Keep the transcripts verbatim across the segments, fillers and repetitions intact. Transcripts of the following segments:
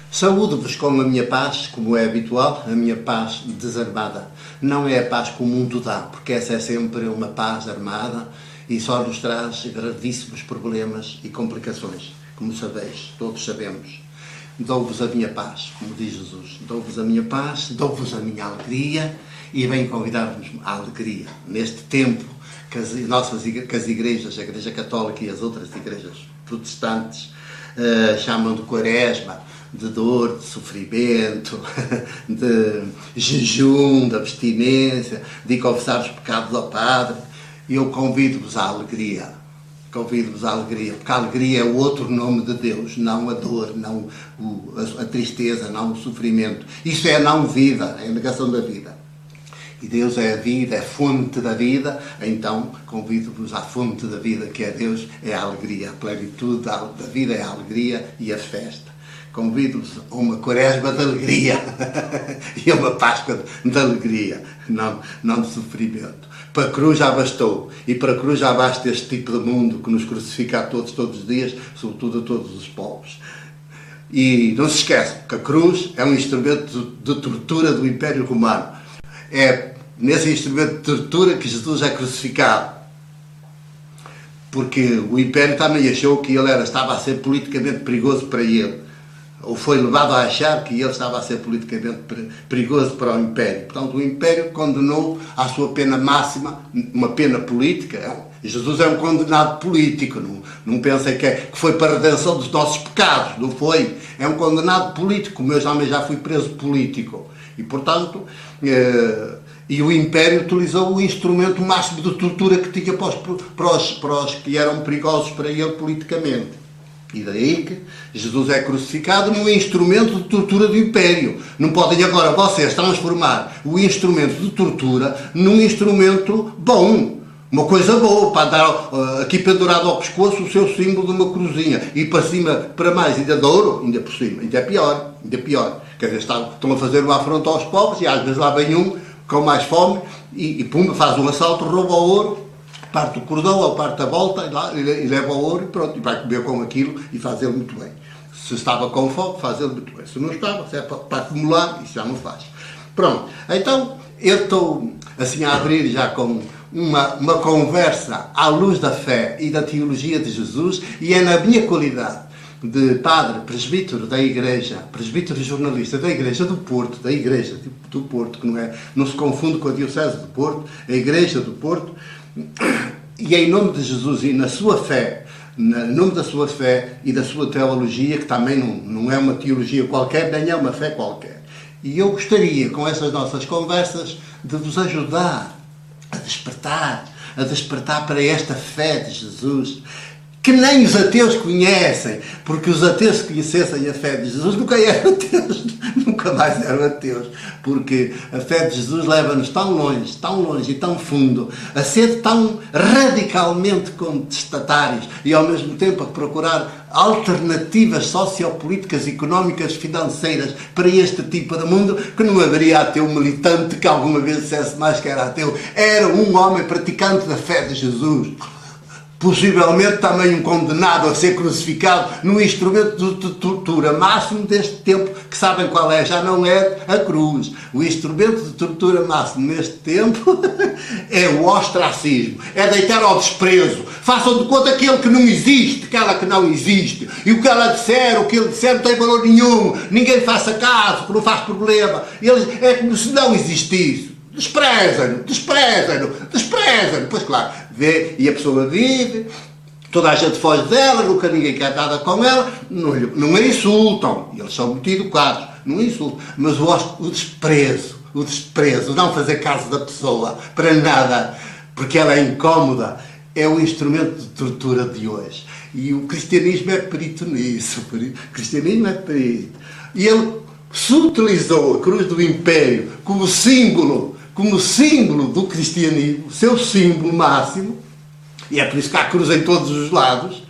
Saúdo-vos com a minha paz, como é habitual, a minha paz desarmada. Não é a paz que o mundo dá, porque essa é sempre uma paz armada e só nos traz gravíssimos problemas e complicações, como sabeis, todos sabemos. Dou-vos a minha paz, como diz Jesus. Dou-vos a minha paz, dou-vos a minha alegria e venho convidar-vos à alegria. Neste tempo que as nossas que as igrejas, a Igreja Católica e as outras igrejas protestantes uh, chamam de quaresma, de dor, de sofrimento, de jejum, de abstinência, de confessar os pecados ao Padre, eu convido-vos à alegria. Convido-vos à alegria, porque a alegria é o outro nome de Deus, não a dor, não o, a, a tristeza, não o sofrimento. Isso é a não vida, é a negação da vida. E Deus é a vida, é a fonte da vida, então convido-vos à fonte da vida, que é Deus, é a alegria, a plenitude da, da vida é a alegria e a festa. Convido-vos a uma quaresma de alegria e a uma Páscoa de alegria, não, não de sofrimento. Para a cruz já bastou, e para a cruz já basta este tipo de mundo que nos crucifica a todos, todos os dias, sobretudo a todos os povos. E não se esqueça que a cruz é um instrumento de tortura do Império Romano. É nesse instrumento de tortura que Jesus é crucificado. Porque o Império também achou que ele era, estava a ser politicamente perigoso para ele. Ou foi levado a achar que ele estava a ser politicamente perigoso para o Império. Portanto, o Império condenou à sua pena máxima, uma pena política. Jesus é um condenado político, não, não pensem que, é, que foi para a redenção dos nossos pecados, não foi. É um condenado político, como eu também já fui preso político. E, portanto, eh, e o Império utilizou o instrumento máximo de tortura que tinha para os, para os, para os que eram perigosos para ele politicamente. E daí que Jesus é crucificado num instrumento de tortura do Império. Não podem agora vocês transformar o instrumento de tortura num instrumento bom. Uma coisa boa, para andar uh, aqui pendurado ao pescoço o seu símbolo de uma cruzinha. E para cima, para mais, ainda de ouro, ainda por cima. Ainda é pior, ainda é pior. Quer dizer, estão, estão a fazer uma afronta aos pobres e às vezes lá vem um com mais fome e, e pum, faz um assalto, rouba o ouro, parte o cordão ou parte a volta e, lá, e leva o ouro e pronto, e vai comer com aquilo e faz ele muito bem. Se estava com fome, faz ele muito bem. Se não estava, se é para, para acumular, isso já não faz. Pronto, então eu estou assim a abrir já com uma, uma conversa à luz da fé e da teologia de Jesus, e é na minha qualidade de padre, presbítero da igreja, presbítero e jornalista da igreja do Porto, da igreja do Porto, que não, é, não se confunde com a diocese do Porto, a igreja do Porto, e em nome de Jesus e na sua fé, em nome da sua fé e da sua teologia, que também não, não é uma teologia qualquer, nem é uma fé qualquer. E eu gostaria, com essas nossas conversas, de vos ajudar a despertar, a despertar para esta fé de Jesus, que nem os ateus conhecem, porque os ateus que conhecessem a fé de Jesus nunca eram ateus, nunca mais eram ateus, porque a fé de Jesus leva-nos tão longe, tão longe e tão fundo, a ser tão radicalmente contestatários e ao mesmo tempo a procurar alternativas sociopolíticas, económicas, financeiras para este tipo de mundo, que não haveria ateu militante que alguma vez dissesse mais que era ateu. Era um homem praticante da fé de Jesus. Possivelmente também um condenado a ser crucificado no instrumento de tortura máximo deste tempo, que sabem qual é, já não é a cruz. O instrumento de tortura máximo neste tempo é o ostracismo, é deitar ao desprezo. Façam de conta aquele que não existe, aquela que não existe. E o que ela disser, o que ele disser não tem valor nenhum. Ninguém faça caso, que não faz problema. Eles, é como se não existisse. Desprezam-no, desprezam-no, desprezam-no. Pois claro, vê, e a pessoa vive, toda a gente foge dela, nunca ninguém quer nada com ela, não, não a insultam, eles são muito educados, não insultam, mas o, o desprezo, o desprezo, não fazer caso da pessoa, para nada, porque ela é incómoda, é o instrumento de tortura de hoje. E o cristianismo é perito nisso, o cristianismo é perito. E ele se utilizou a cruz do Império como símbolo, como símbolo do cristianismo, seu símbolo máximo, e é por isso que há cruz em todos os lados,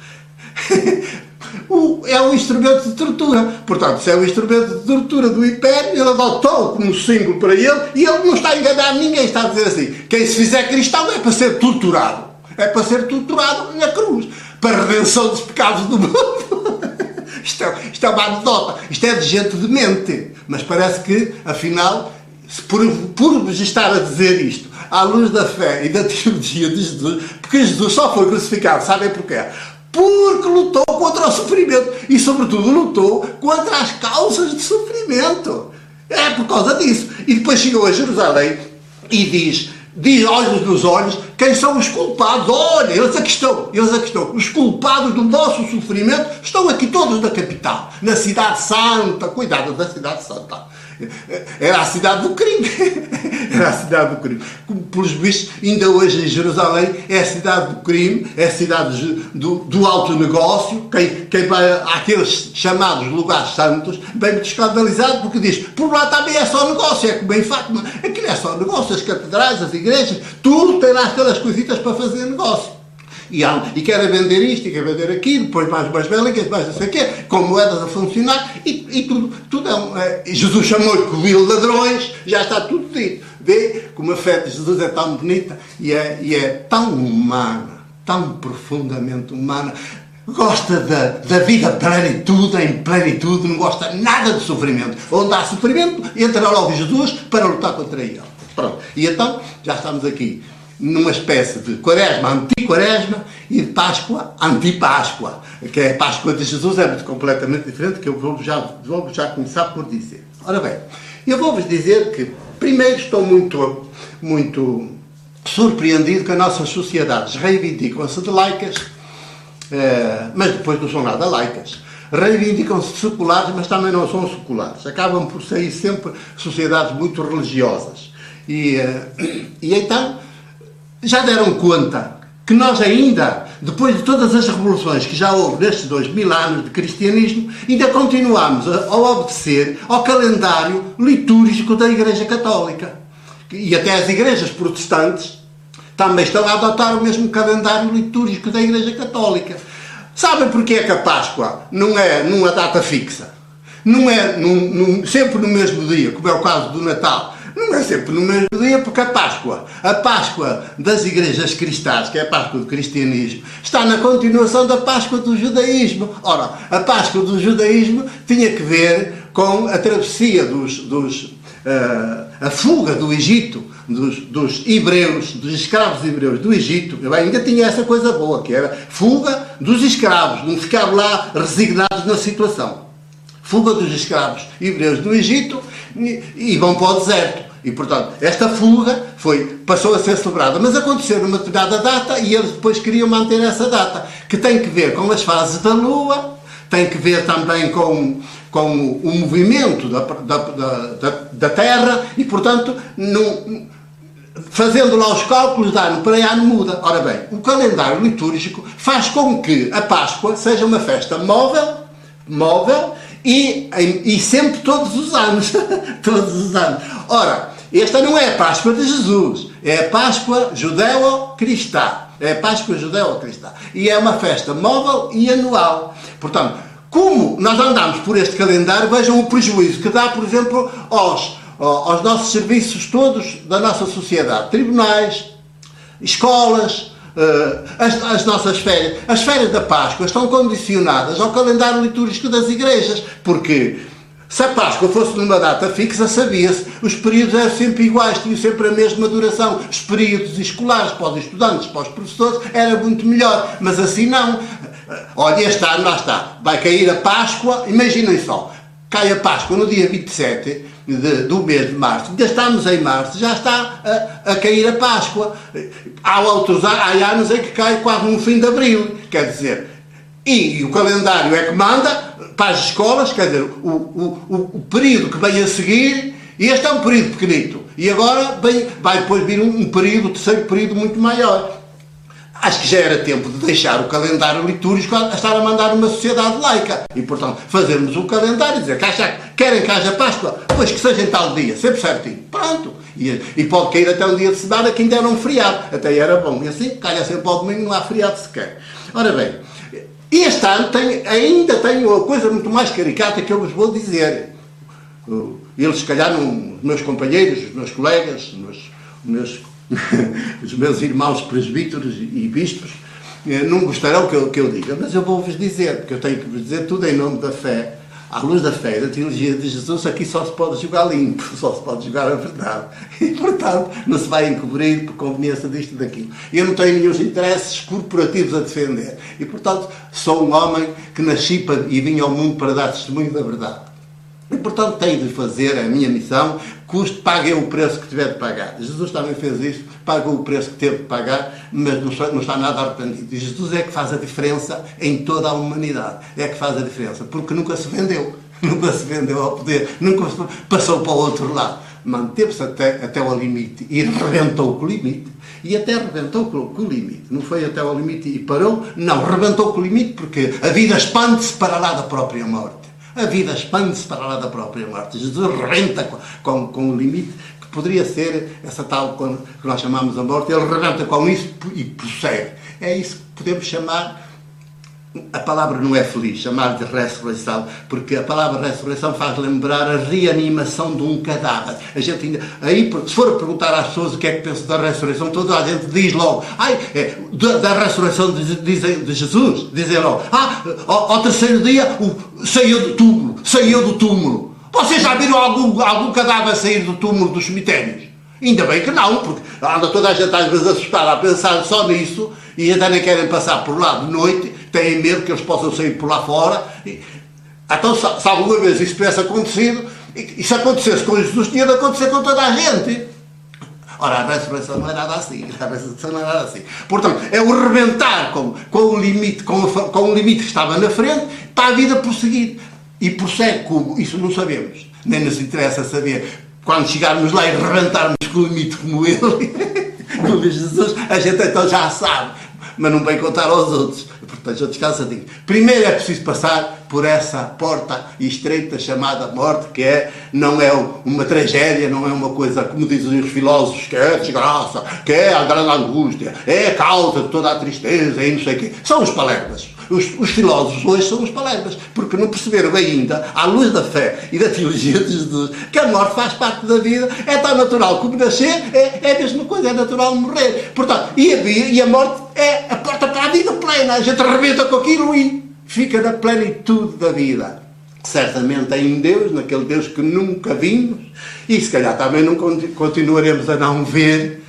é um instrumento de tortura. Portanto, se é um instrumento de tortura do Império, ele adotou como símbolo para ele, e ele não está a enganar ninguém, está a dizer assim, quem se fizer cristão é para ser torturado, é para ser torturado na cruz, para a redenção dos pecados do mundo. Isto é, isto é uma anedota, isto é de gente demente. Mas parece que, afinal, por, por vos estar a dizer isto, à luz da fé e da teologia de Jesus, porque Jesus só foi crucificado, sabem porquê? Porque lutou contra o sofrimento e, sobretudo, lutou contra as causas de sofrimento. É por causa disso. E depois chegou a Jerusalém e diz, diz olhos nos olhos, quem são os culpados? Olha, eles aqui estão, eles aqui estão. Os culpados do vosso sofrimento estão aqui todos na capital, na cidade santa. Cuidado da cidade santa. Era a cidade do crime. Era a cidade do crime. Como, pelos vistos, ainda hoje em Jerusalém é a cidade do crime, é a cidade do, do alto negócio. Quem, quem vai àqueles chamados lugares santos, bem muito escandalizado, porque diz, por lá também é só negócio, é como em Fátima. Aquilo é só negócio, as catedrais, as igrejas, tudo tem lá aquelas coisitas para fazer negócio. E, e quer vender isto, e quer vender aquilo, depois mais umas bélicas, mais não sei o quê, com moedas a funcionar, e, e tudo, tudo é, um, é... Jesus chamou-lhe que viu ladrões, já está tudo dito. Vê como a fé de Jesus é tão bonita, e é, e é tão humana, tão profundamente humana, gosta da, da vida plenitude, em plenitude, não gosta nada de sofrimento. Onde há sofrimento, entra logo Jesus para lutar contra ele. Pronto, e então, já estamos aqui numa espécie de quaresma, anti-quaresma, e de Páscoa, anti-Páscoa, que é a Páscoa de Jesus, é muito completamente diferente, que eu vou já, vou já começar por dizer. Ora bem, eu vou-vos dizer que, primeiro, estou muito, muito surpreendido que as nossas sociedades reivindicam-se de laicas, eh, mas depois não são nada laicas. Reivindicam-se de seculares, mas também não são seculares. Acabam por sair sempre sociedades muito religiosas. E, eh, e então, já deram conta que nós ainda, depois de todas as revoluções que já houve nestes dois mil anos de cristianismo, ainda continuamos a, a obedecer ao calendário litúrgico da Igreja Católica. E até as igrejas protestantes também estão a adotar o mesmo calendário litúrgico da Igreja Católica. Sabem porque é que a Páscoa não é numa data fixa? Não é num, num, sempre no mesmo dia, como é o caso do Natal. Não é sempre no mesmo dia, porque a Páscoa, a Páscoa das igrejas cristãs, que é a Páscoa do cristianismo, está na continuação da Páscoa do judaísmo. Ora, a Páscoa do judaísmo tinha que ver com a travessia dos, dos uh, a fuga do Egito, dos, dos hebreus, dos escravos hebreus do Egito. Eu ainda tinha essa coisa boa, que era fuga dos escravos, não ficar lá resignados na situação. Fuga dos escravos hebreus do Egito e, e vão para o deserto. E, portanto, esta fuga foi, passou a ser celebrada, mas aconteceu numa determinada data e eles depois queriam manter essa data, que tem que ver com as fases da Lua, tem que ver também com, com o, o movimento da, da, da, da Terra e, portanto, não, fazendo lá os cálculos de ano para ano muda. Ora bem, o calendário litúrgico faz com que a Páscoa seja uma festa móvel, móvel e, e sempre todos os anos. Todos os anos. Ora, esta não é a Páscoa de Jesus, é a Páscoa judeu-cristã. É a Páscoa judeu-cristã. E é uma festa móvel e anual. Portanto, como nós andamos por este calendário, vejam o prejuízo que dá, por exemplo, aos, aos nossos serviços todos da nossa sociedade. Tribunais, escolas, as, as nossas férias. As férias da Páscoa estão condicionadas ao calendário litúrgico das igrejas, porque se a Páscoa fosse numa data fixa, sabia-se, os períodos eram sempre iguais, tinham sempre a mesma duração. Os períodos escolares para os estudantes, para os professores, era muito melhor, mas assim não. Olha, este ano lá está, vai cair a Páscoa, imaginem só, cai a Páscoa no dia vinte e sete de, do mês de março, ainda estamos em março, já está a, a cair a Páscoa. Há outros há anos em que cai quase no fim de abril, quer dizer, e, e o calendário é que manda para as escolas, quer dizer, o, o, o, o período que vem a seguir, e este é um período pequenito, e agora vem, vai depois vir um, um período, um terceiro período muito maior. Acho que já era tempo de deixar o calendário litúrgico a estar a mandar uma sociedade laica. E, portanto, fazermos um calendário e dizer que achar, querem que haja Páscoa, pois que seja em tal dia, sempre certinho. Pronto. E, e pode cair até um dia de semana que ainda era um feriado. Até era bom. E assim, calha sempre ao domingo, não há feriado sequer. Ora bem, este ano tem, ainda tem uma coisa muito mais caricata que eu vos vou dizer. Eles, se calhar, não, os meus companheiros, os meus colegas, os meus, os meus os meus irmãos presbíteros e bispos, não gostarão que eu, que eu diga, mas eu vou-vos dizer, porque eu tenho que vos dizer tudo em nome da fé. À luz da fé e da teologia de Jesus, aqui só se pode jogar limpo, só se pode jogar a verdade. E, portanto, não se vai encobrir por conveniência disto e daquilo. Eu não tenho nenhum interesses corporativos a defender. E, portanto, sou um homem que nasci para, e vim ao mundo para dar testemunho da verdade. E, portanto, tenho de fazer a minha missão, custe, paguei o preço que tiver de pagar. Jesus também fez isso, pagou o preço que teve de pagar, mas não está, não está nada arrependido. E Jesus é que faz a diferença em toda a humanidade. É que faz a diferença, porque nunca se vendeu. Nunca se vendeu ao poder, nunca passou para o outro lado. Manteve-se até, até ao limite e rebentou com o limite. E até rebentou com o limite. Não foi até ao limite e parou, não, rebentou com o limite, porque a vida expande-se para lá da própria morte. A vida expande-se para lá da própria morte. Jesus rebenta com, com, com o limite, que poderia ser essa tal que nós chamamos a morte. Ele rebenta com isso e prossegue. É isso que podemos chamar, a palavra não é feliz, chamar de ressurreição, porque a palavra ressurreição faz lembrar a reanimação de um cadáver. A gente ainda, aí, se for perguntar às pessoas o que é que pensam da ressurreição, toda a gente diz logo, ai, é, da, da ressurreição de, de, de Jesus, dizem logo, ah, ao, ao terceiro dia o, saiu do túmulo, saiu do túmulo. Vocês já viram algum, algum cadáver sair do túmulo dos cemitérios? Ainda bem que não, porque anda toda a gente às vezes assustada a pensar só nisso e ainda nem querem passar por lá de noite, têm medo que eles possam sair por lá fora. Então, se alguma vez isso tivesse acontecido, e se acontecesse com Jesus, tinha de acontecer com toda a gente. Ora, a ressurreição não é nada assim. A ressurreição não é nada assim. Portanto, é o rebentar com, com, o limite, com, a, com o limite que estava na frente para a vida prosseguir. E prossegue como? Isso não sabemos. Nem nos interessa saber. Quando chegarmos lá e rebentarmos com o limite como ele, como Jesus, a gente então já sabe. Mas não vem contar aos outros. Portanto, eu descansadinho. Primeiro é preciso passar por essa porta estreita chamada morte, que é, não é uma tragédia, não é uma coisa, como dizem os filósofos, que é a desgraça, que é a grande angústia, é a causa de toda a tristeza e não sei o quê. São os palermas. Os, os filósofos hoje são os palermas, porque não perceberam ainda, à luz da fé e da teologia de Jesus, que a morte faz parte da vida, é tão natural como nascer, é, é a mesma coisa, é natural morrer. Portanto, e a, e a morte é a porta para a vida plena, a gente arrebenta com aquilo e fica na plenitude da vida. Certamente é em Deus, naquele Deus que nunca vimos, e se calhar também não continuaremos a não ver,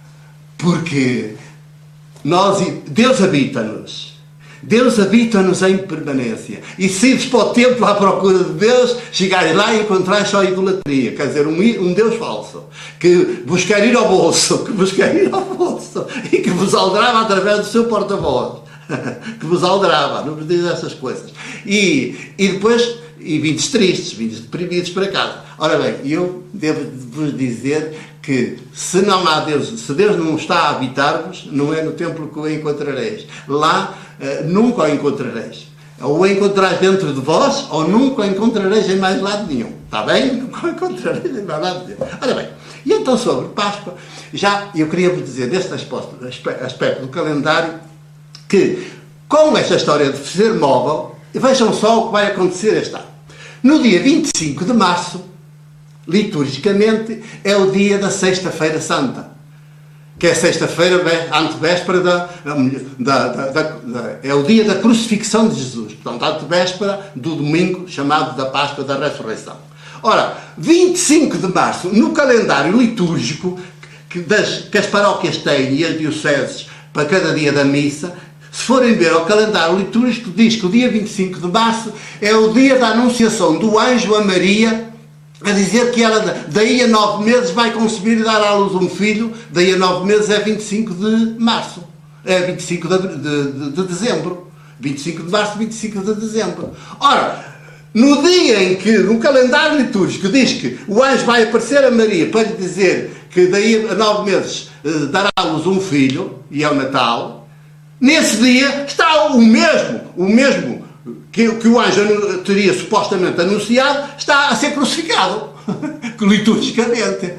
porque nós, Deus habita-nos. Deus habita-nos em permanência. E se ires para o templo à procura de Deus, chegares lá e encontrares só idolatria. Quer dizer, um, um Deus falso. Que vos quer ir ao bolso. Que vos quer ir ao bolso. E que vos aldrava através do seu porta-voz. Que vos aldrava. Não vos diz essas coisas. E, e depois, e vindes tristes, vindes deprimidos para casa. Ora bem, eu devo vos dizer que se não há Deus, se Deus não está a habitar-vos, não é no templo que o encontrareis. Lá uh, nunca o encontrareis. Ou o encontrareis dentro de vós, ou nunca o encontrareis em mais lado nenhum. Está bem? Nunca o encontrareis em mais lado nenhum. Ora bem, e então sobre Páscoa, já eu queria vos dizer deste aspecto, aspecto do calendário, que com esta história de ser móvel, vejam só o que vai acontecer este ano. No dia vinte e cinco de março, liturgicamente, é o dia da Sexta-feira Santa, que é sexta-feira, antevéspera da, da, da, da, da... é o dia da crucifixão de Jesus, portanto, antevéspera do domingo chamado da Páscoa da Ressurreição. Ora, vinte e cinco de março, no calendário litúrgico que, das, que as paróquias têm e as dioceses para cada dia da missa, se forem ver ao calendário litúrgico, diz que o dia vinte e cinco de março é o dia da anunciação do anjo a Maria, a dizer que ela daí a nove meses vai conceber e dar à luz um filho. Daí a nove meses é vinte e cinco de março, é vinte e cinco de, de, de, de dezembro, vinte e cinco de março, vinte e cinco de dezembro. Ora, no dia em que no calendário litúrgico diz que o anjo vai aparecer a Maria para lhe dizer que daí a nove meses uh, dará à luz um filho, e é o Natal, nesse dia está o mesmo, o mesmo que, que o anjo teria supostamente anunciado, está a ser crucificado, liturgicamente.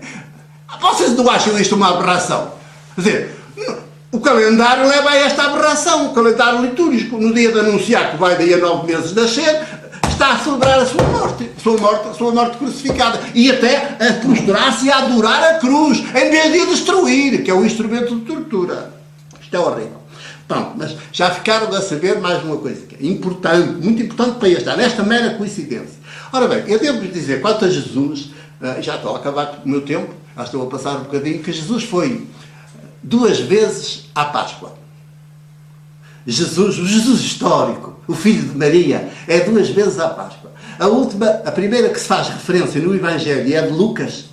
Vocês não acham isto uma aberração? Quer dizer, o calendário leva a esta aberração, o calendário litúrgico, no dia de anunciar que vai daí a nove meses nascer, está a celebrar a sua morte, a sua morte, a sua morte crucificada, e até a prostrar-se e a adorar a cruz, em vez de a destruir, que é o instrumento de tortura. Isto é horrível. Pronto, mas já ficaram a saber mais uma coisa que é importante, muito importante para este ano, esta mera coincidência. Ora bem, eu devo dizer, quanto a Jesus, já estou a acabar com o meu tempo, já estou a passar um bocadinho, que Jesus foi duas vezes à Páscoa. Jesus, o Jesus histórico, o filho de Maria, é duas vezes à Páscoa. A última, a primeira que se faz referência no Evangelho é de Lucas,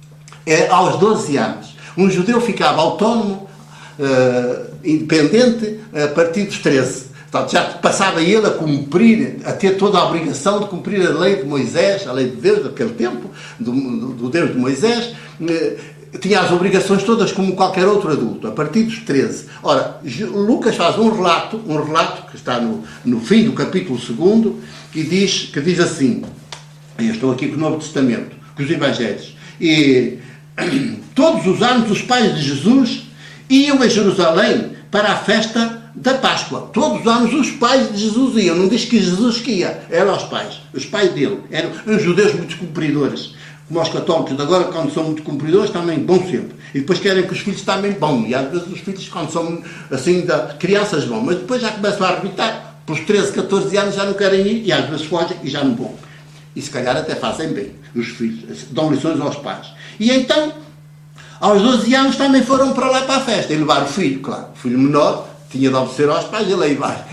é aos doze anos. Um judeu ficava autónomo, uh, independente, a partir dos treze. Portanto, já passava ele a cumprir, a ter toda a obrigação de cumprir a lei de Moisés, a lei de Deus daquele tempo, do, do, do Deus de Moisés. Uh, tinha as obrigações todas como qualquer outro adulto, a partir dos treze. Ora, Lucas faz um relato, um relato que está no, no fim do capítulo segundo, que diz, que diz assim, eu estou aqui com o Novo Testamento, com os Evangelhos, e todos os anos os pais de Jesus iam a Jerusalém para a festa da Páscoa. Todos os anos os pais de Jesus iam, não diz que Jesus que ia, eram os pais, os pais dele, eram uns judeus muito cumpridores. Como os católicos de agora, quando são muito cumpridores, também vão sempre. E depois querem que os filhos também vão. E às vezes os filhos, quando são assim, da, crianças vão. Mas depois já começam a arbitar. Pelos treze, catorze anos já não querem ir. E às vezes fogem e já não vão. E se calhar até fazem bem. Os filhos dão lições aos pais. E então, aos doze anos também foram para lá para a festa. E levaram o filho, claro. O filho menor tinha de obedecer aos pais. Ele aí vai.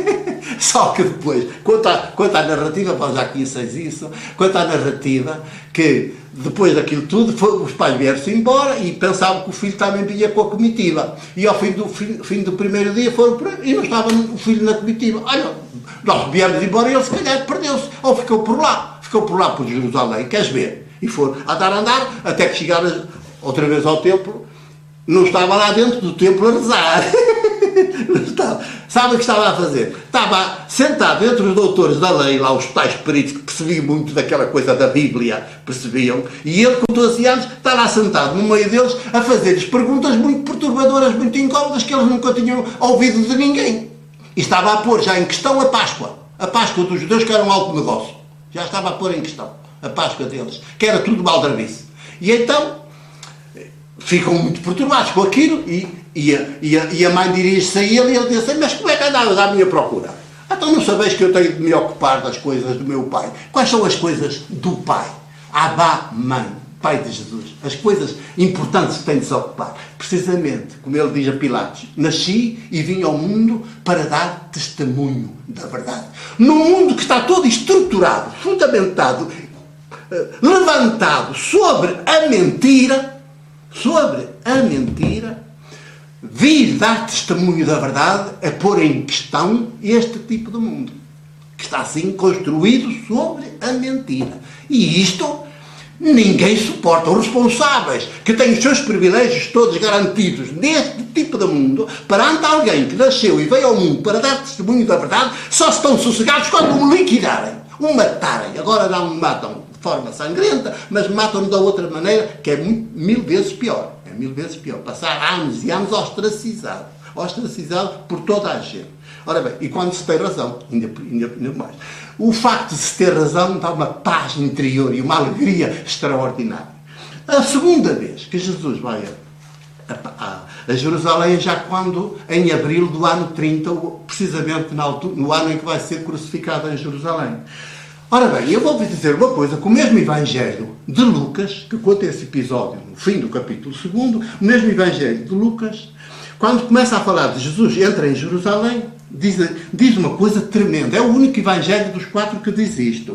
Só que depois, quanto à, quanto à narrativa, pá, já conheceis isso, quanto à narrativa, que depois daquilo tudo, foi, os pais vieram-se embora e pensavam que o filho também vinha com a comitiva. E ao fim do, fim, fim do primeiro dia foram por, e não estava o filho na comitiva. Olha, nós viemos embora e ele se calhar perdeu-se. Ou ficou por lá, ficou por lá por Jerusalém, queres ver? E foram a andar, a andar, até que chegaram outra vez ao templo. Não estava lá dentro do templo a rezar. Não estava. Sabe o que estava a fazer? Estava sentado entre os doutores da lei, lá os tais peritos que percebiam muito daquela coisa da Bíblia, percebiam, e ele com doze anos está lá sentado no meio deles a fazer-lhes perguntas muito perturbadoras, muito incómodas, que eles nunca tinham ouvido de ninguém. E estava a pôr já em questão a Páscoa. A Páscoa dos judeus, que era um alto negócio. Já estava a pôr em questão a Páscoa deles, que era tudo maldrabice. E então ficam muito perturbados com aquilo e, e, a, e, a, e a mãe dirige-se a ele e ele diz assim, mas como é que andavas à minha procura? Então não sabeis que eu tenho de me ocupar das coisas do meu pai? Quais são as coisas do pai? Abá, mãe, pai de Jesus. As coisas importantes que tem de se ocupar. Precisamente, como ele diz a Pilatos, nasci e vim ao mundo para dar testemunho da verdade. Num mundo que está todo estruturado, fundamentado, levantado sobre a mentira, sobre a mentira, vir dar testemunho da verdade é pôr em questão este tipo de mundo, que está assim construído sobre a mentira. E isto ninguém suporta. Os responsáveis que têm os seus privilégios todos garantidos neste tipo de mundo, perante alguém que nasceu e veio ao mundo para dar testemunho da verdade, só estão sossegados quando o liquidarem, o matarem. Agora não o matam de forma sangrenta, mas matam-no da outra maneira, que é muito, mil vezes pior. É mil vezes pior. Passar anos e anos ostracizado. Ostracizado por toda a gente. Ora bem, e quando se tem razão, ainda, ainda, ainda mais. O facto de se ter razão dá uma paz interior e uma alegria extraordinária. A segunda vez que Jesus vai a, a, a Jerusalém, já quando, em abril do ano trinta, precisamente na altura, no ano em que vai ser crucificado em Jerusalém. Ora bem, eu vou-vos dizer uma coisa, que o mesmo Evangelho de Lucas, que conta esse episódio no fim do capítulo segundo, o mesmo Evangelho de Lucas, quando começa a falar de Jesus entra em Jerusalém, diz, diz uma coisa tremenda. É o único Evangelho dos quatro que diz isto.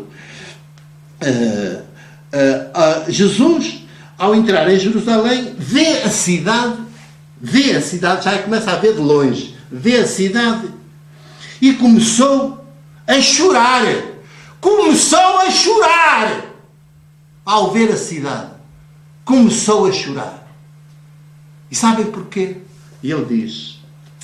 Uh, uh, uh, Jesus, ao entrar em Jerusalém, vê a cidade, vê a cidade, já começa a ver de longe, vê a cidade e começou a chorar. Começou a chorar ao ver a cidade. Começou a chorar. E sabem porquê? E ele diz,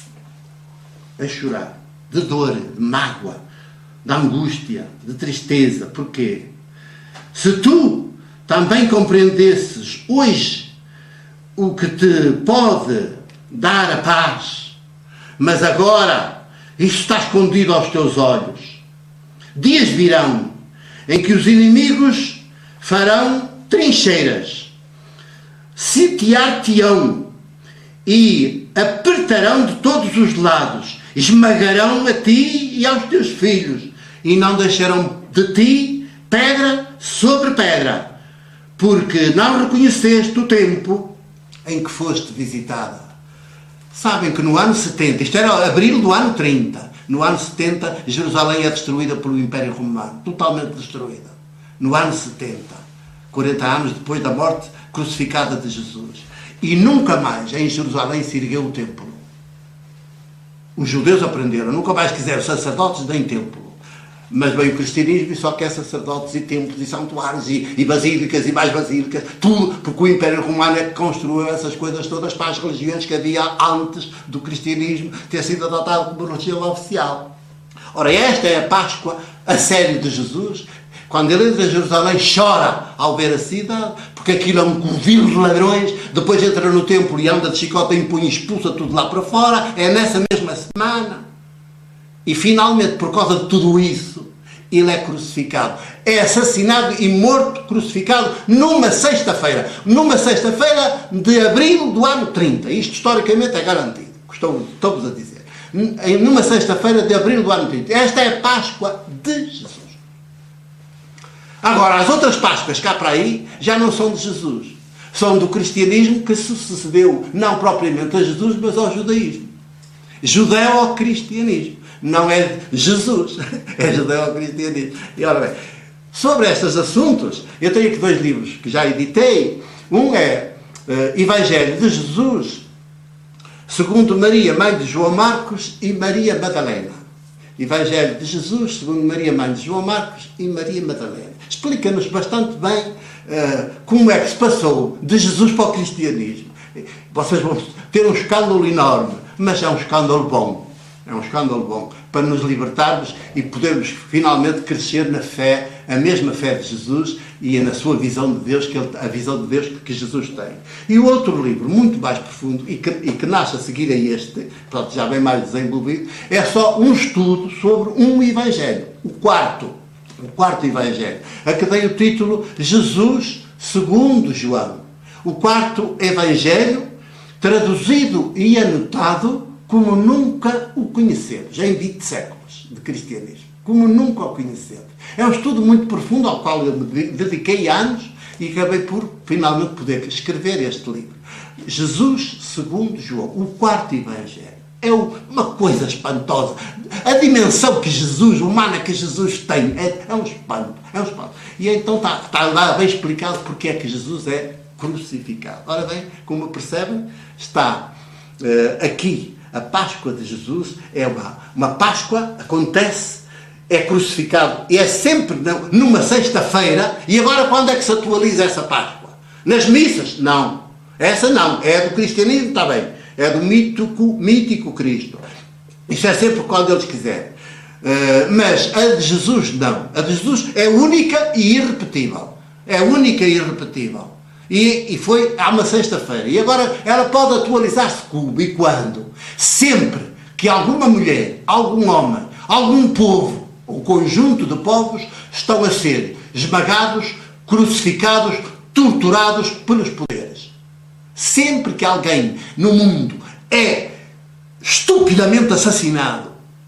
a chorar, de dor, de mágoa, de angústia, de tristeza. Porquê? Se tu também compreendesses hoje o que te pode dar a paz, mas agora isto está escondido aos teus olhos. Dias virão em que os inimigos farão trincheiras, sitiar-te-ão e apertarão de todos os lados, esmagarão a ti e aos teus filhos, e não deixarão de ti pedra sobre pedra, porque não reconheceste o tempo em que foste visitada. Sabem que no ano setenta, isto era abril do ano trinta, no ano setenta, Jerusalém é destruída pelo Império Romano, totalmente destruída. No ano setenta, quarenta anos depois da morte crucificada de Jesus. E nunca mais em Jerusalém se ergueu o templo. Os judeus aprenderam, nunca mais quiseram sacerdotes nem templo. Mas veio o cristianismo e só quer sacerdotes e templos e santuários e, e basílicas e mais basílicas, tudo, porque o Império Romano é que construiu essas coisas todas para as religiões que havia antes do cristianismo ter sido adotado como religião oficial. Ora, esta é a Páscoa a sério de Jesus. Quando ele entra em Jerusalém, chora ao ver a cidade, porque aquilo é um covil de ladrões, depois entra no templo e anda de chicote em punho e expulsa tudo lá para fora, é nessa mesma semana. E finalmente, por causa de tudo isso, ele é crucificado. É assassinado e morto, crucificado, numa sexta-feira. Numa sexta-feira de abril do ano trinta. Isto historicamente é garantido. Estou-vos a dizer. Numa sexta-feira de abril do ano trinta. Esta é a Páscoa de Jesus. Agora, as outras Páscoas cá para aí já não são de Jesus. São do cristianismo que se sucedeu não propriamente a Jesus, mas ao judaísmo. Judeu-cristianismo. Não é Jesus, é judeu-cristianismo. E ora bem, sobre estes assuntos, eu tenho aqui dois livros que já editei. Um é uh, Evangelho de Jesus, segundo Maria, mãe de João Marcos e Maria Madalena. Evangelho de Jesus, segundo Maria, mãe de João Marcos e Maria Madalena. Explica-nos bastante bem uh, como é que se passou de Jesus para o cristianismo. Vocês vão ter um escândalo enorme, mas é um escândalo bom. É um escândalo bom para nos libertarmos e podermos finalmente crescer na fé, a mesma fé de Jesus e na sua visão de Deus, que ele, a visão de Deus que Jesus tem. E o outro livro, muito mais profundo e que, e que nasce a seguir a este, pronto, já bem mais desenvolvido, é só um estudo sobre um Evangelho, o quarto, o quarto Evangelho, a que dei o título Jesus segundo João. O quarto Evangelho, traduzido e anotado como nunca o conhecemos, em vinte séculos de cristianismo, como nunca o conhecemos. É um estudo muito profundo ao qual eu me dediquei anos e acabei por finalmente poder escrever este livro. Jesus segundo João, o quarto Evangelho. É uma coisa espantosa. A dimensão que Jesus, humana que Jesus tem, é, é um espanto, é um espanto. E então está, está lá bem explicado porque é que Jesus é crucificado. Ora bem, como percebem, está uh, aqui a Páscoa de Jesus, é uma, uma Páscoa, acontece, é crucificado, e é sempre numa sexta-feira. E agora quando é que se atualiza essa Páscoa? Nas missas? Não. Essa não. É do cristianismo, está bem. É do mítico, mítico Cristo. Isso é sempre quando eles quiserem. Uh, mas a de Jesus, não. A de Jesus é única e irrepetível. É única e irrepetível. E, e foi há uma sexta-feira. E agora ela pode atualizar-se como e quando? Sempre que alguma mulher, algum homem, algum povo, ou conjunto de povos, estão a ser esmagados, crucificados, torturados pelos poderes. Sempre que alguém no mundo é estupidamente assassinado,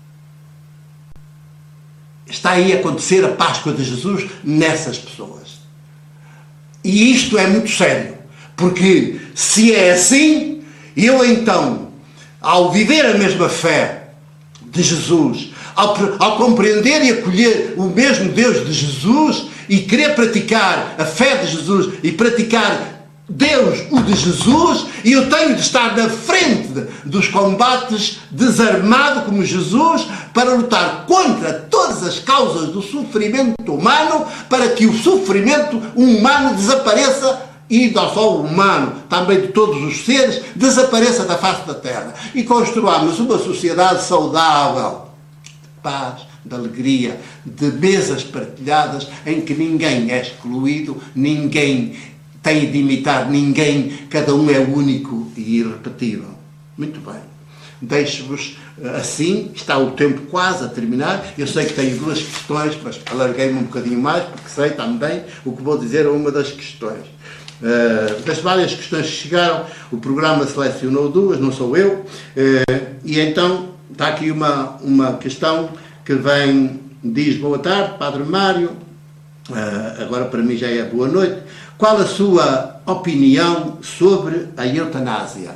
está aí a acontecer a Páscoa de Jesus nessas pessoas. E isto é muito sério, porque se é assim, eu então, ao viver a mesma fé de Jesus, ao, ao compreender e acolher o mesmo Deus de Jesus e querer praticar a fé de Jesus e praticar Deus, o de Jesus, e eu tenho de estar na frente dos combates, desarmado como Jesus, para lutar contra todas as causas do sofrimento humano, para que o sofrimento humano desapareça, e não só o humano, também de todos os seres, desapareça da face da terra. E construamos uma sociedade saudável, de paz, de alegria, de mesas partilhadas, em que ninguém é excluído, ninguém tem de imitar ninguém, cada um é único e irrepetível. Muito bem. Deixo-vos assim, está o tempo quase a terminar. Eu sei que tenho duas questões, mas alarguei-me um bocadinho mais, porque sei também o que vou dizer a uma das questões. uh, das várias questões que chegaram, o programa selecionou duas, não sou eu, uh, e então está aqui uma, uma questão que vem, diz: boa tarde, Padre Mário, uh, agora para mim já é boa noite. Qual a sua opinião sobre a eutanásia?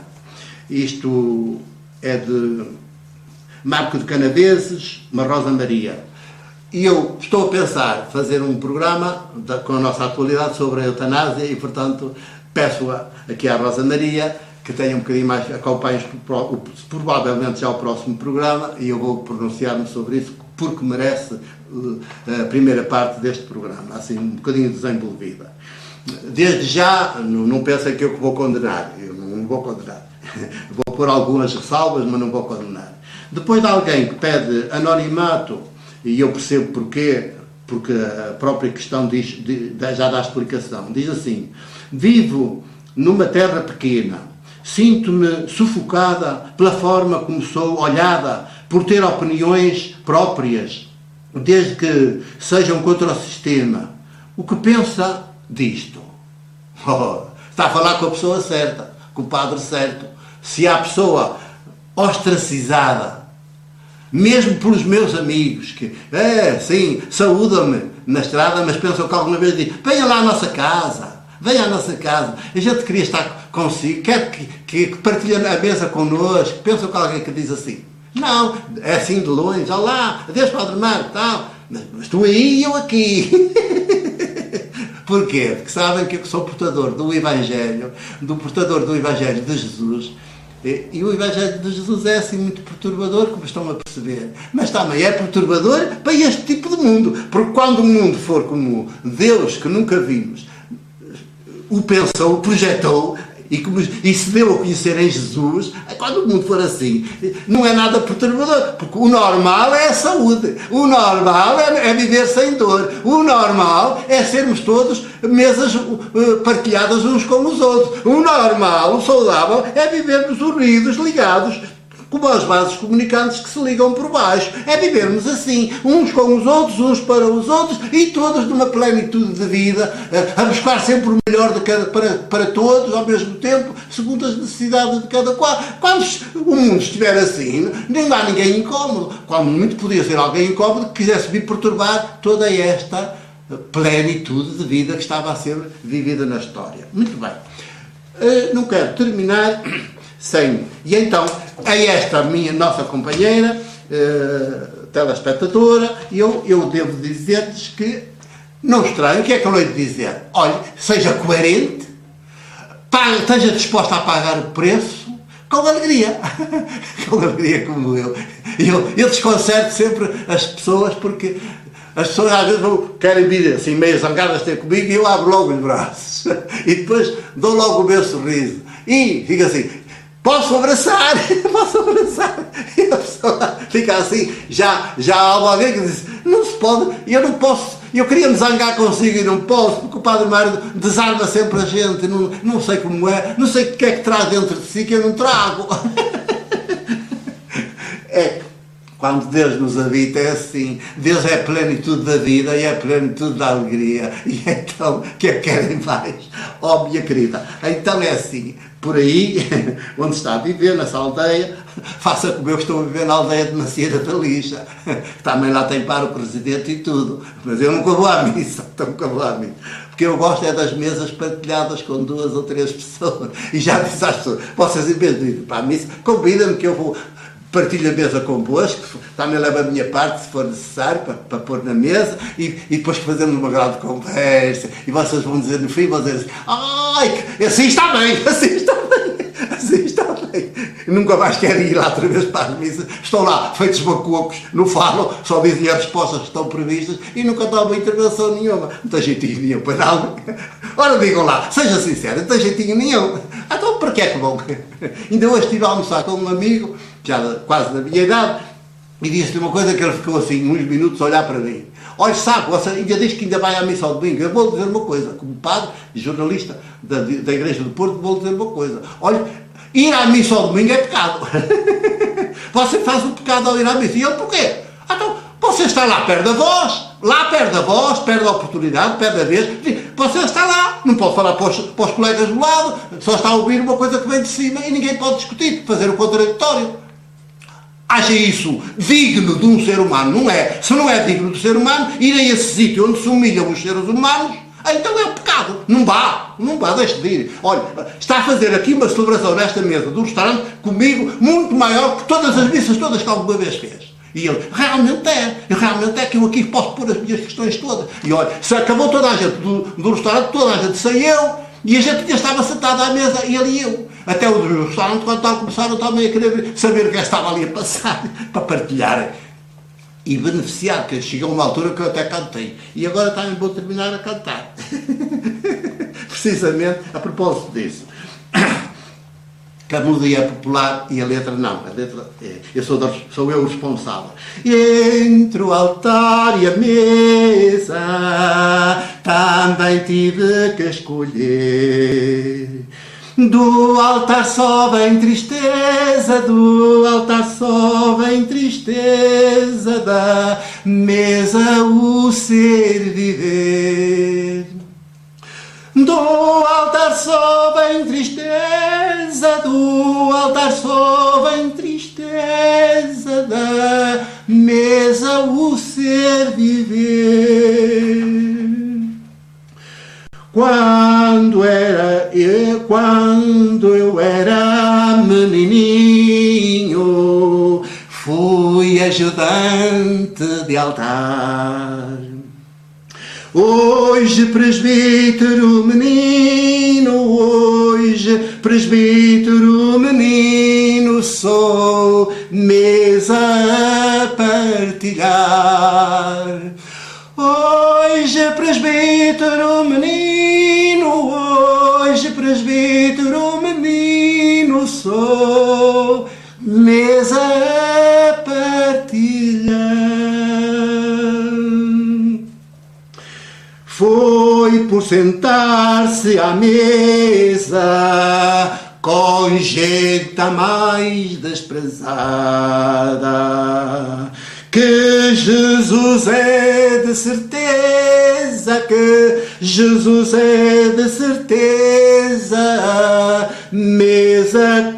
Isto é de Marco de Canaveses, uma Rosa Maria. E eu estou a pensar fazer um programa da, com a nossa atualidade sobre a eutanásia e, portanto, peço a, aqui à Rosa Maria que tenha um bocadinho mais, acompanhe provavelmente já o próximo programa, e eu vou pronunciar-me sobre isso porque merece uh, a primeira parte deste programa, assim um bocadinho desenvolvida. Desde já, não, não pensem que eu que vou condenar, eu não, não vou condenar, vou pôr algumas ressalvas, mas não vou condenar. Depois de alguém que pede anonimato, e eu percebo porquê, porque a própria questão diz, já dá explicação, diz assim: vivo numa terra pequena, sinto-me sufocada pela forma como sou olhada, por ter opiniões próprias, desde que sejam contra o sistema. O que pensa disto? Oh, está a falar com a pessoa certa, com o padre certo. Se há pessoa ostracizada, mesmo pelos meus amigos, que, é, sim, saúdam-me na estrada, mas pensam que alguma vez dizem: venha lá à nossa casa, venha à nossa casa, a gente queria estar consigo, quer que, que, que partilhe a mesa connosco. Pensam que alguém que diz assim. Não, é assim de longe: olá, adeus, Padre Mário, tal, mas, mas tu aí e eu aqui. Porquê? Porque sabem que eu sou portador do Evangelho, do portador do Evangelho de Jesus. E o Evangelho de Jesus é assim muito perturbador, como estão a perceber, mas também é perturbador para este tipo de mundo, porque quando o mundo for como Deus, que nunca vimos, o pensou, o projetou e, como, e se deu a conhecer em Jesus, quando o mundo for assim, não é nada perturbador, porque o normal é a saúde, o normal é, é viver sem dor, o normal é sermos todos mesas uh, partilhadas uns com os outros, o normal, o saudável, é vivermos unidos, ligados, como os vasos comunicantes que se ligam por baixo, é vivermos assim, uns com os outros, uns para os outros, e todos numa plenitude de vida, a buscar sempre o melhor de cada, para, para todos, ao mesmo tempo, segundo as necessidades de cada qual. Quando o mundo estiver assim, não há ninguém incómodo. Quando muito podia ser alguém incómodo que quisesse vir perturbar toda esta plenitude de vida que estava a ser vivida na história. Muito bem. Não quero terminar sem... E então, a esta minha nossa companheira, uh, telespectadora, eu, eu devo dizer-lhes que não estranho. O que é que eu lhe dizer? Olha, seja coerente, pague, esteja disposta a pagar o preço com alegria. Com alegria como eu. Eu, eu desconcerto sempre as pessoas, porque as pessoas às vezes vão, querem vir assim meio zangadas ter comigo, e eu abro logo os braços. E depois dou logo o meu sorriso. E fica assim: posso abraçar? Posso abraçar? E a pessoa fica assim, já, já há alguém que diz: não se pode, eu não posso, eu queria me zangar consigo e não posso, porque o Padre Mário desarma sempre a gente, não, não sei como é, não sei o que é que traz dentro de si que eu não trago. É, quando Deus nos habita é assim, Deus é a plenitude da vida e é a plenitude da alegria, e então, o que é que querem mais? Oh, minha querida, então é assim, por aí, onde está a viver, nessa aldeia, faça como eu estou a viver na aldeia de Macieira da Lixa, também lá tem para o presidente e tudo, mas eu nunca vou à missa, então nunca vou à missa, porque eu gosto é das mesas partilhadas com duas ou três pessoas, e já disse às pessoas: vocês, em vez de ir para a missa, convidam-me que eu vou... partilho a mesa convosco, também levo a minha parte, se for necessário, para, para pôr na mesa, e, e depois fazemos uma grande conversa, e vocês vão dizer no fim, vão dizer assim: ai, assim está bem, assim está bem, assim está bem. Eu nunca mais quero ir lá outra vez para as missas, estão lá feitos macocos, não falam, só dizem as respostas que estão previstas, e nunca dão uma intervenção nenhuma, não tem jeitinho nenhum para nada. Ora, digam lá, seja sincero, não tem jeitinho nenhum. Então, para que é que vão? Ainda hoje estive a almoçar com um amigo, já quase da minha idade, e disse-lhe uma coisa que ele ficou assim uns minutos a olhar para mim: olha, sabe, você ainda diz que ainda vai à missa ao domingo. Eu vou dizer uma coisa, como padre e jornalista da, da Igreja do Porto, vou dizer uma coisa: olha, ir à missa ao domingo é pecado. Você faz o pecado ao ir à missa. E ele: porquê? Então, você está lá perto da voz, lá perto da voz, perde a oportunidade, perde a vez. Você está lá, não pode falar para os, para os colegas do lado, só está a ouvir uma coisa que vem de cima e ninguém pode discutir, fazer o contraditório. Acha isso digno de um ser humano? Não é. Se não é digno do ser humano, ir a esse sítio onde se humilham os seres humanos, então é um pecado. Não vá, não vá, deixe de ir. Olha, está a fazer aqui uma celebração nesta mesa do restaurante comigo muito maior que todas as missas todas que alguma vez fez. E ele, realmente é, realmente é que eu aqui posso pôr as minhas questões todas. E olha, se acabou toda a gente do, do restaurante, toda a gente saiu e a gente já estava sentado à mesa, ele e eu. Até o do restaurante, quando tal, começaram também a querer saber o que estava ali a passar, para partilhar e beneficiar, que chegou uma altura que eu até cantei. E agora também vou terminar a cantar. Precisamente a propósito disso. Que a melodia é popular e a letra não. A letra é, eu sou, sou eu o responsável. Entre o altar e a mesa também tive que escolher. Do altar só vem tristeza, do altar só vem tristeza, da mesa o ser viver. Do altar só vem tristeza, do altar só vem tristeza, da mesa o ser viver. Quando era eu, quando eu era menininho, fui ajudante de altar. Hoje presbítero menino, hoje presbítero menino, sou mesa a partilhar. Hoje presbítero menino, hoje presbítero menino, sou mesa a partilhar. Foi por sentar-se à mesa com gente a mais desprezada, que Jesus é de certeza, que Jesus é de certeza, mesa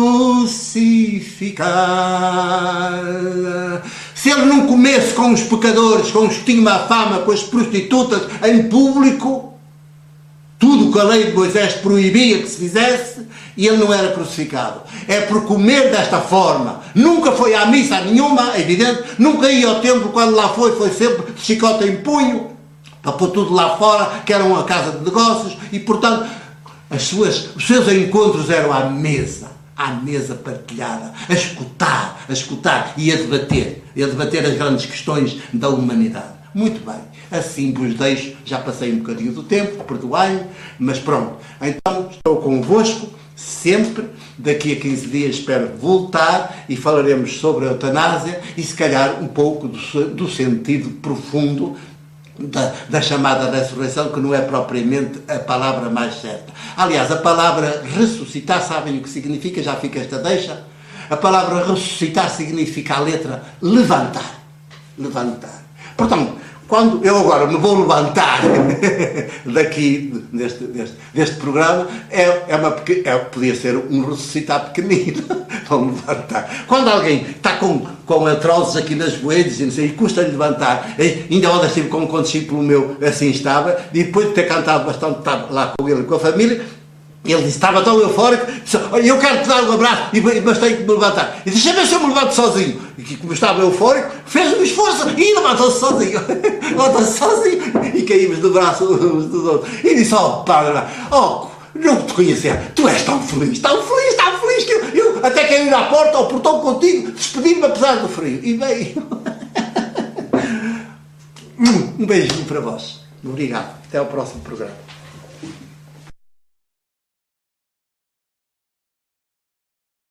crucificada. Se ele não comesse com os pecadores, com os que tinham má fama, com as prostitutas em público, tudo o que a lei de Moisés proibia que se fizesse, e ele não era crucificado. É por comer desta forma. Nunca foi à missa nenhuma, é evidente, nunca ia ao templo, quando lá foi, foi sempre de chicote em punho, para pôr tudo lá fora, que era uma casa de negócios, e portanto as suas, os seus encontros eram à mesa, à mesa partilhada, a escutar, a escutar e a debater, e a debater as grandes questões da humanidade. Muito bem, assim vos deixo, já passei um bocadinho do tempo, perdoai-me, mas pronto, então estou convosco sempre, daqui a quinze dias espero voltar e falaremos sobre a eutanásia e se calhar um pouco do, do sentido profundo da, da chamada ressurreição, que não é propriamente a palavra mais certa. Aliás, a palavra ressuscitar, sabem o que significa? Já fica esta deixa. A palavra ressuscitar significa a letra levantar. Levantar. Portanto, quando eu agora me vou levantar daqui, deste, deste, deste programa, é, é uma, é, podia ser um ressuscitar pequenino. Vou-me levantar. Quando alguém está com, com atrozes aqui nas boelhas e não sei, custa-lhe levantar, ainda ontem estive com um condiscípulo meu, assim estava, e depois de ter cantado bastante, estava lá com ele e com a família, ele disse, estava tão eufórico, disse, eu quero te dar um abraço, mas tenho que me levantar. E disse, deixa-me ver se eu me levanto sozinho. E como estava eufórico, fez um esforço e levantou-se sozinho. Levantou-se sozinho e caímos do braço uns dos outros. E disse, oh padre, oh, não te conhecer, tu és tão feliz, tão feliz, tão feliz, que eu, eu até quero ir à porta, ao portão contigo, despedir-me apesar do frio. E veio. Um beijinho para vós. Obrigado. Até ao próximo programa.